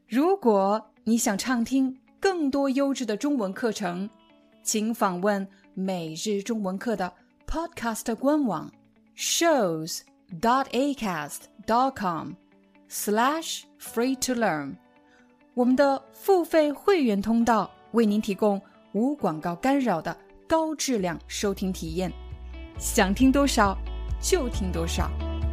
如果你想畅听更多优质的中文课程，请访问每日中文课的 Podcast 官网 shows.acast.com/free-to-learn。我们的付费会员通道为您提供无广告干扰的高质量收听体验，想听多少就听多少。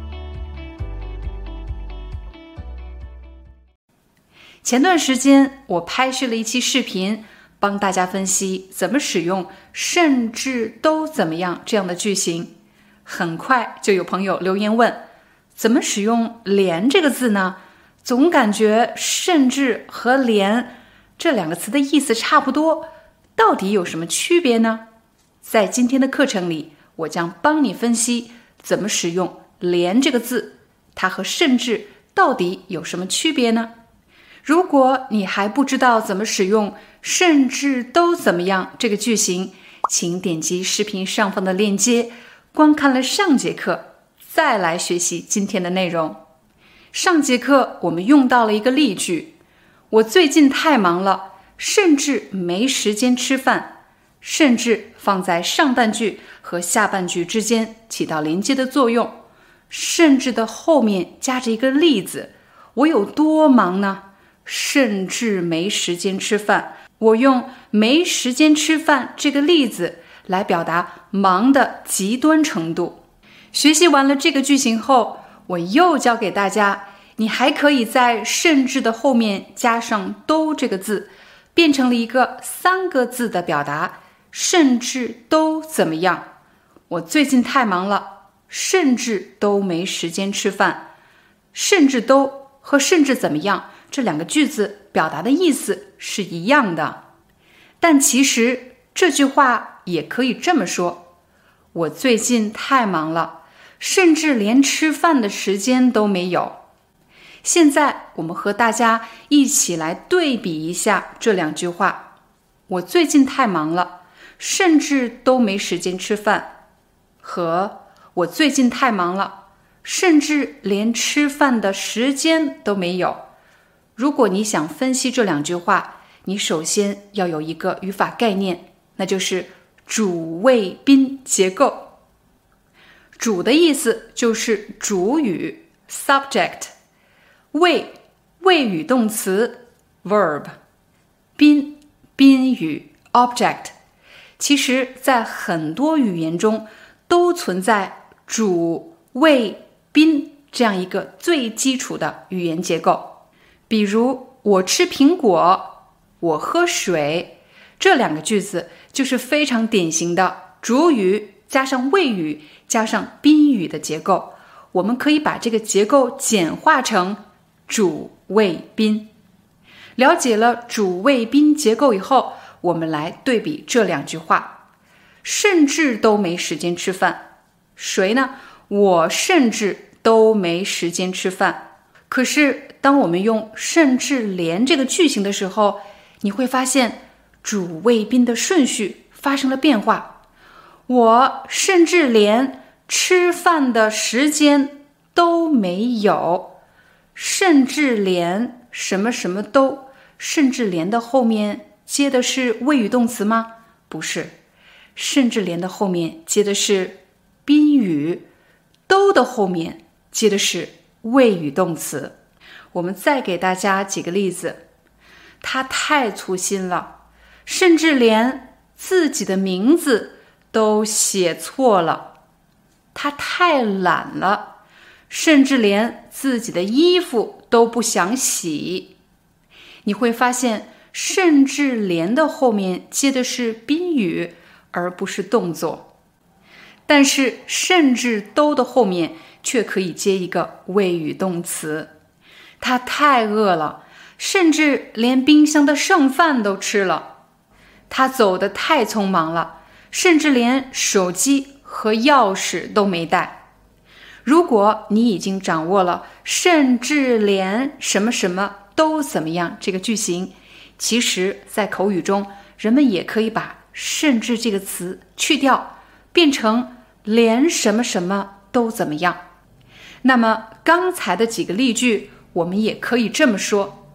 前段时间我拍摄了一期视频，帮大家分析怎么使用甚至都怎么样这样的句型。很快就有朋友留言问，怎么使用连这个字呢？总感觉甚至和连这两个词的意思差不多，到底有什么区别呢？在今天的课程里，我将帮你分析怎么使用连这个字，它和甚至到底有什么区别呢？如果你还不知道怎么使用甚至都怎么样这个句型，请点击视频上方的链接，观看了上节课，再来学习今天的内容。上节课我们用到了一个例句，我最近太忙了，甚至没时间吃饭。甚至放在上半句和下半句之间起到连接的作用。甚至的后面加着一个例子，我有多忙呢？甚至没时间吃饭。我用没时间吃饭这个例子来表达忙的极端程度。学习完了这个句型后，我又教给大家，你还可以在甚至的后面加上都这个字，变成了一个3个字的表达，甚至都怎么样？我最近太忙了，甚至都没时间吃饭。甚至都和甚至怎么样这两个句子表达的意思是一样的，但其实这句话也可以这么说，我最近太忙了，甚至连吃饭的时间都没有。现在我们和大家一起来对比一下这两句话，我最近太忙了，甚至都没时间吃饭，和我最近太忙了，甚至连吃饭的时间都没有。如果你想分析这两句话，你首先要有一个语法概念，那就是主谓宾结构。主的意思就是主语 subject， 谓语动词 verb， 宾语 object。 其实在很多语言中都存在主谓宾这样一个最基础的语言结构。比如我吃苹果，我喝水，这两个句子就是非常典型的主语加上谓语加上宾语的结构。我们可以把这个结构简化成主谓宾。了解了主谓宾结构以后，我们来对比这两句话。甚至都没时间吃饭，谁呢？我甚至都没时间吃饭。可是当我们用甚至连这个句型的时候，你会发现主谓宾的顺序发生了变化。我甚至连吃饭的时间都没有。甚至连什么什么都，甚至连的后面接的是谓语动词吗？不是，甚至连的后面接的是宾语，都的后面接的是谓语动词。我们再给大家几个例子。他太粗心了，甚至连自己的名字都写错了。他太懒了，甚至连自己的衣服都不想洗。你会发现甚至连的后面接的是宾语而不是动作，但是甚至都的后面却可以接一个谓语动词。他太饿了，甚至连冰箱的剩饭都吃了。他走得太匆忙了，甚至连手机和钥匙都没带。如果你已经掌握了甚至连什么什么都怎么样这个句型，其实在口语中人们也可以把甚至这个词去掉，变成连什么什么都怎么样。那么刚才的几个例句我们也可以这么说，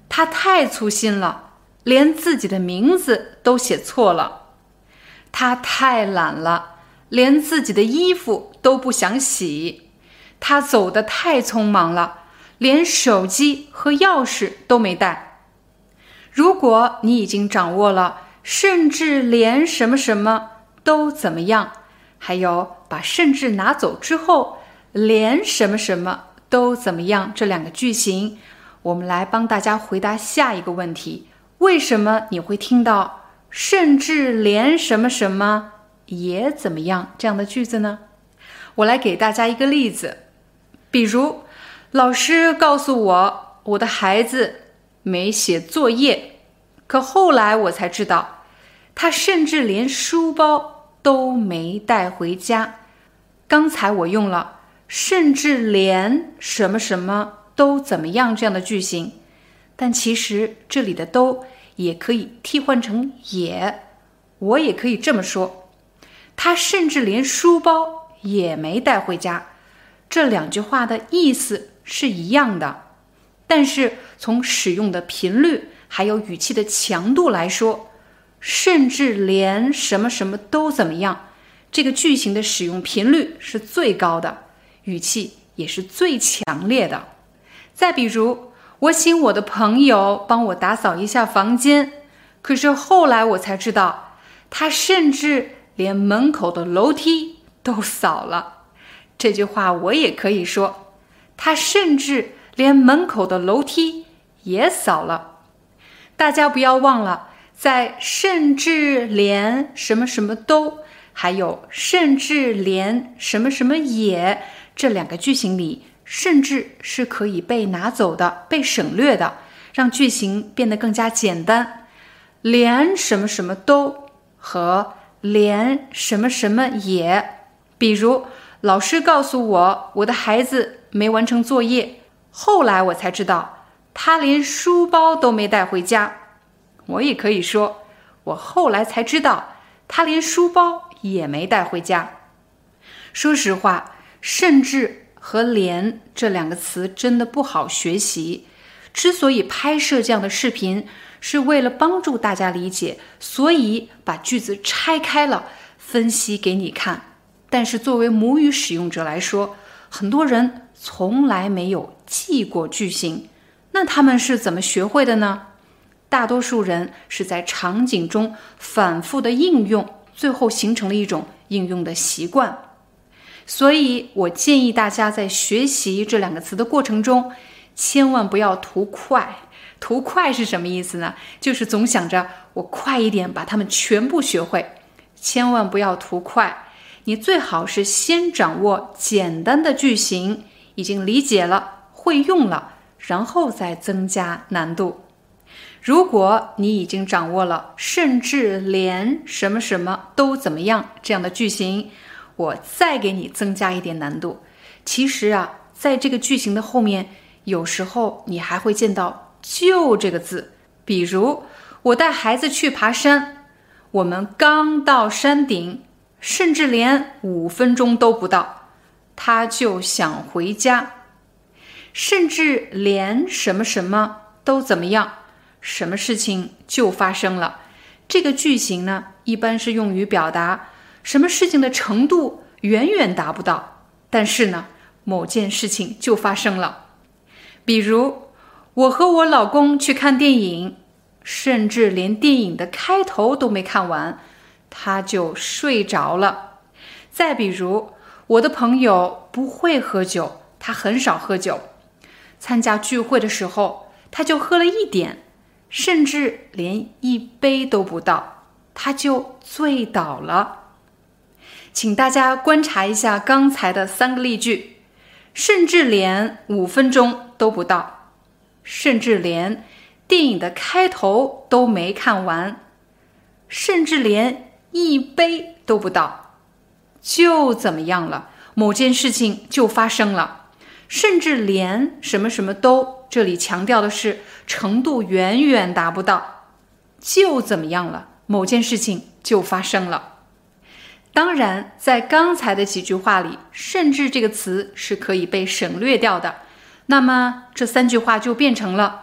他太粗心了，连自己的名字都写错了。他太懒了，连自己的衣服都不想洗。他走得太匆忙了，连手机和钥匙都没带。如果你已经掌握了甚至连什么什么都怎么样，还有把甚至拿走之后连什么什么都怎么样这两个句型，我们来帮大家回答下一个问题：为什么你会听到甚至连什么什么也怎么样这样的句子呢？我来给大家一个例子，比如老师告诉我的孩子没写作业，可后来我才知道他甚至连书包都没带回家。刚才我用了甚至连什么什么都怎么样这样的句型，但其实这里的都也可以替换成也，我也可以这么说，他甚至连书包也没带回家。这两句话的意思是一样的，但是从使用的频率还有语气的强度来说，甚至连什么什么都怎么样这个句型的使用频率是最高的，语气也是最强烈的。再比如，我请我的朋友帮我打扫一下房间，可是后来我才知道他甚至连门口的楼梯都扫了。这句话我也可以说，他甚至连门口的楼梯也扫了。大家不要忘了，在甚至连什么什么都还有甚至连什么什么也这两个句型里，甚至是可以被拿走的，被省略的，让句型变得更加简单。连什么什么都和连什么什么也，比如老师告诉我的孩子没完成作业，后来我才知道他连书包都没带回家。我也可以说，我后来才知道他连书包也没带回家。说实话，甚至和连这两个词真的不好学习。之所以拍摄这样的视频，是为了帮助大家理解，所以把句子拆开了分析给你看。但是作为母语使用者来说，很多人从来没有记过句型，那他们是怎么学会的呢？大多数人是在场景中反复的应用，最后形成了一种应用的习惯。所以我建议大家在学习这两个词的过程中，千万不要图快。图快是什么意思呢？就是总想着我快一点把它们全部学会。千万不要图快，你最好是先掌握简单的句型，已经理解了，会用了，然后再增加难度。如果你已经掌握了甚至连什么什么都怎么样这样的句型，我再给你增加一点难度。其实啊，在这个句型的后面，有时候你还会见到就这个字。比如我带孩子去爬山，我们刚到山顶，甚至连5分钟都不到，他就想回家。甚至连什么什么都怎么样，什么事情就发生了。这个句型呢，一般是用于表达什么事情的程度远远达不到，但是呢，某件事情就发生了。比如我和我老公去看电影，甚至连电影的开头都没看完，他就睡着了。再比如我的朋友不会喝酒，他很少喝酒，参加聚会的时候他就喝了一点，甚至连1杯都不到，他就醉倒了。请大家观察一下刚才的3个例句，甚至连5分钟都不到，甚至连电影的开头都没看完，甚至连1杯都不到，就怎么样了，某件事情就发生了。甚至连什么什么都，这里强调的是程度远远达不到，就怎么样了，某件事情就发生了。当然，在刚才的几句话里，甚至这个词是可以被省略掉的。那么这3句话就变成了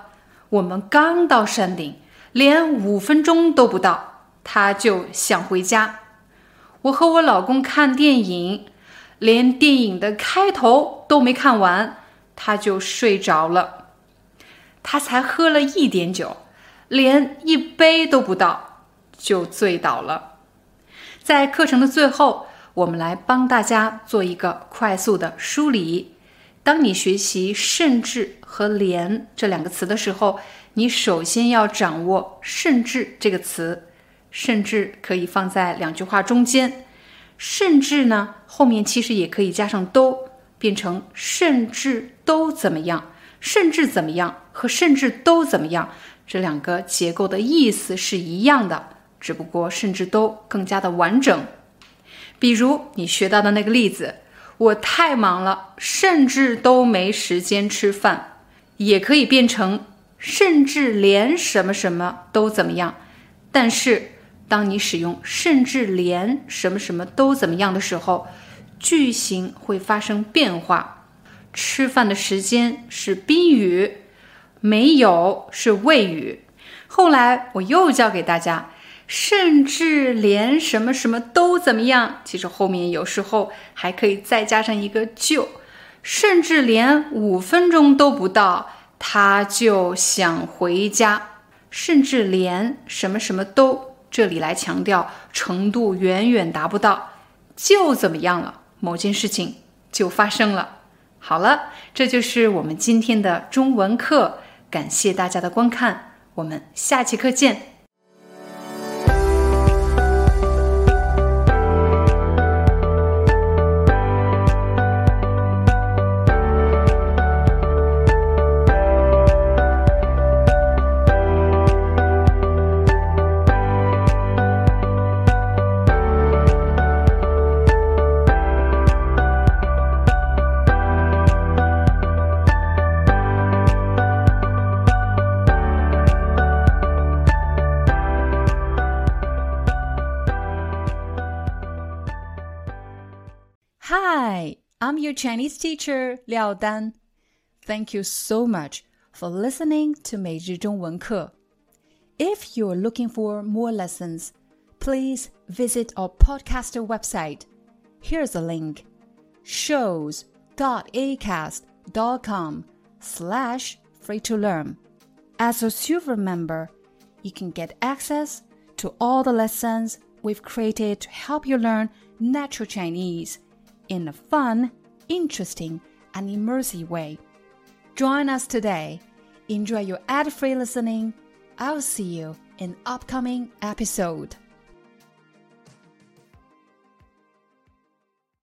我们刚到山顶，连5分钟都不到，他就想回家。我和我老公看电影，连电影的开头都没看完，他就睡着了。他才喝了1点酒，连1杯都不到，就醉倒了。在课程的最后，我们来帮大家做一个快速的梳理。当你学习甚至和连这2个词的时候，你首先要掌握甚至这个词。甚至可以放在2句话中间，甚至呢后面其实也可以加上都，变成甚至都怎么样。甚至怎么样和甚至都怎么样，这2个结构的意思是一样的，只不过甚至都更加的完整。比如你学到的那个例子，我太忙了，甚至都没时间吃饭，也可以变成甚至连什么什么都怎么样。但是当你使用甚至连什么什么都怎么样的时候，句型会发生变化。吃饭的时间是宾语，没有是谓语。后来我又教给大家，甚至连什么什么都怎么样，其实后面有时候还可以再加上一个就，甚至连5分钟都不到，他就想回家。甚至连什么什么都，这里来强调程度远远达不到，就怎么样了，某件事情就发生了。好了，这就是我们今天的中文课，感谢大家的观看，我们下期课见。Hi, I'm your Chinese teacher, Liao Dan. Thank you so much for listening to 每日中文课. If you're looking for more lessons, please visit our podcaster website. Here's a link, shows.acast.com/free-to-learn. As a silver member, you can get access to all the lessons we've created to help you learn natural Chinese in a fun, interesting, and immersive way. Join us today. Enjoy your ad-free listening. I'll see you in upcoming episode.